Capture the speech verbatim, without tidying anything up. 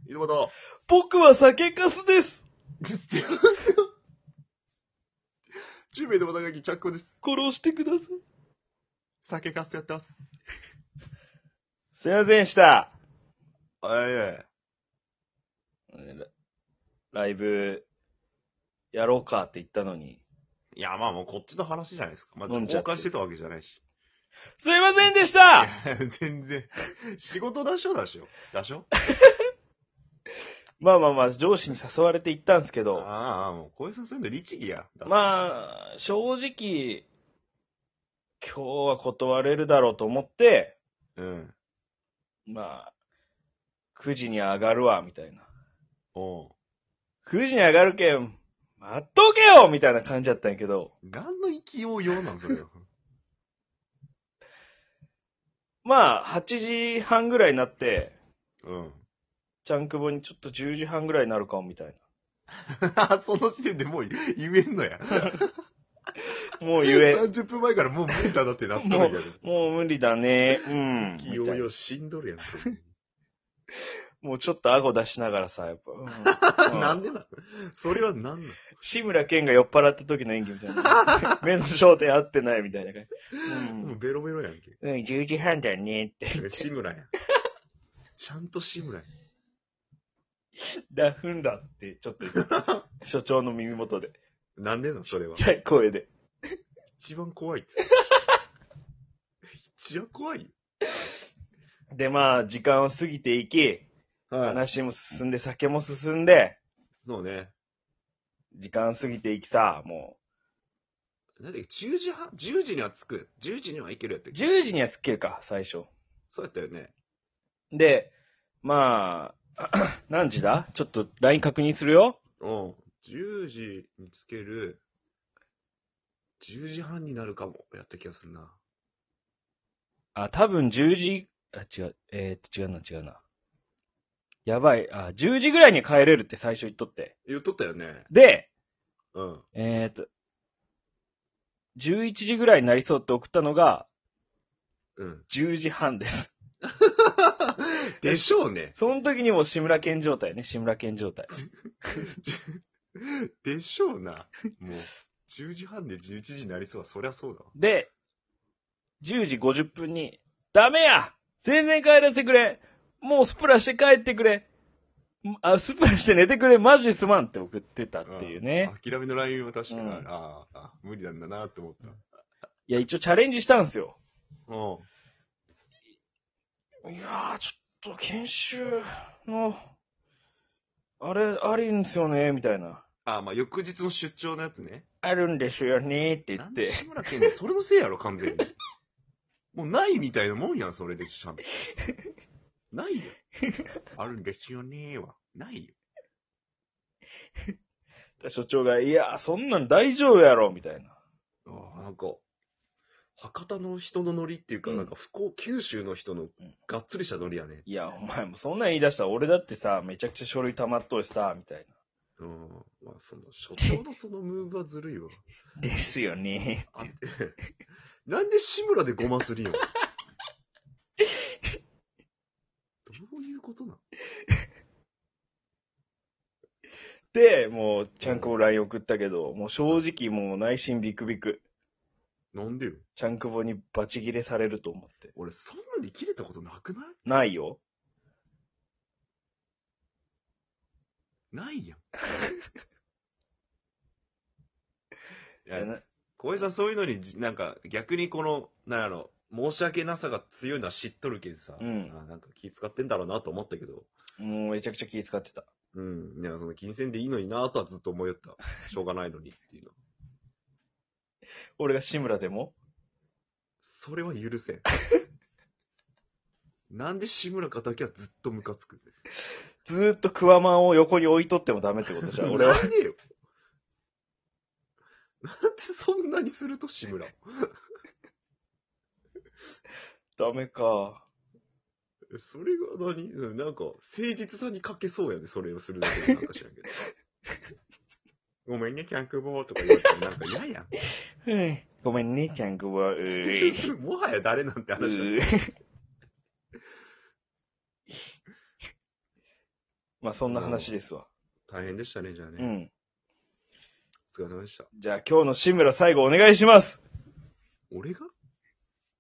井戸端。 僕は酒粕です。 中名井戸端がき着工です。 殺してください。 酒かすやってます。 すいませんでした。 はい。 ライブ、やろうかって言ったのに。 いや、まあもうこっちの話じゃないですか。まず公開してたわけじゃないし。 すいませんでしたいや、全然。仕事だしょだしょだしょまあまあまあ、上司に誘われて行ったんですけど。 ああ、もう小江さんそういうの律儀や。 まあ、正直、今日は断れるだろうと思って、 うん。 まあ、くじに上がるわ、みたいな。 おう。 くじに上がるけん、待っとけよみたいな感じだったんやけど。 ガンの勢い用なんそれよ。 まあ、はちじはんぐらいになって、 うん。 ちゃんくぼにちょっとじゅうじはんぐらいになるかも、みたいな。その時点でもう言えんのや。 もう言え。 さんじゅっぷんまえからもう無理だなってなったんやけど。 もう無理だね。うん。 勢いよしんどるやん。 もうちょっと顎出しながらさ、やっぱ。 うん、なんでなそれはなんなの志村けんが酔っ払った時の演技みたいな。目の焦点合ってないみたいな感じ。 うん、もうベロベロやんけ。 うん、じゅうじはんだねって。 志村やん。ちゃんと志村やん。 だふんだってちょっと言って。所長の耳元で。 なんでなそれは。 ちっちゃい声で。 一番怖いって。一番怖いよ。 で、まあ、時間を過ぎていき、 はい、 話も進んで、酒も進んで、 そうね。 時間過ぎていきさ、もう。なんで、じゅうじはん ?じゅう 時には着く。じゅうじには行けるやったっけ。 じゅうじには着けるか、最初。 そうやったよね。 で、まあ、何時だちょっと ライン 確認するよ。 うん。じゅうじにつける。じゅうじはんになるかも。やった気がするな。 あ、多分じゅうじ、あ、違う、えー、っと、違うな、違うな。やばい、あ、じゅうじぐらいに帰れるって最初言っとって。 言っとったよね。 で、 うん。 えー、っと、じゅういちじぐらいになりそうって送ったのが、 うん。 じゅうじはんです。 でしょうね。 その時にも志村けん状態ね、志村けん状態。 でしょうな。もう、じゅうじはんでじゅういちじになりそうは、そりゃそうだわ。 で、じゅうじごじゅっぷんに、ダメや全然帰らせてくれもうスプラして帰ってくれあ、スプラして寝てくれマジですまんって送ってたっていうね。 諦めのラインは確かに、 うん、 ああ、無理なんだなって思った。 いや、一応チャレンジしたんですよ。 うん。 いやー、ちょっと研修の、あれ、あるんですよね、みたいな。 ああ、まあ、翌日の出張のやつね。 あるんですよね、って言って。 なんで志村けんで、それのせいやろ、完全に。もうないみたいなもんやん、それでちゃんと。ないよ。あるんですよねーは。ないよ。 所長が、いや、そんなん大丈夫やろ、みたいな。 ああ、なんか、博多の人のノリっていうか、うん、なんか、福岡、九州の人のがっつりしたノリやね。 いや、お前もそんなん言い出したら、俺だってさ、めちゃくちゃ書類溜まっとるしさ、みたいな。うん。まあ、その、所長のそのムーブはずるいわ。 ですよね。 あなんで志村でごますりよ。どういうことなので、もう、ちゃんこも ライン 送ったけど、もう正直もう内心ビクビク。 なんでよ。 ちゃんくぼにバチ切れされると思って。 俺、そんなに切れたことなくないないよ。 ないやん。いや、小江さんそういうのに、なんか逆にこの、なんやろ、申し訳なさが強いのは知っとるけどさ、 うん、 あなんか気使ってんだろうなと思ったけど。 もうめちゃくちゃ気使ってた。 うん。いや、その金銭でいいのになとはずっと思いよった。しょうがないのにっていうの。 俺が志村でもそれは許せん。なんで志村かだけはずっとムカつく。 ずーっとクワマンを横に置いとってもダメってことじゃん、俺は。 なんでよ。なんでそんなにすると志村ダメか。 それが何なんか、誠実さに欠けそうやね、それをするだけでなんか知らんけど。ごめんね、キャンクボーとか言われてなんか嫌やん。 うん。ごめんね、キャンクボー。 もはや誰なんて話だ。 まあそんな話ですわ。 大変でしたね、じゃあね。 うん。 お疲れ様でした。 じゃあ今日の志村最後お願いします。 俺が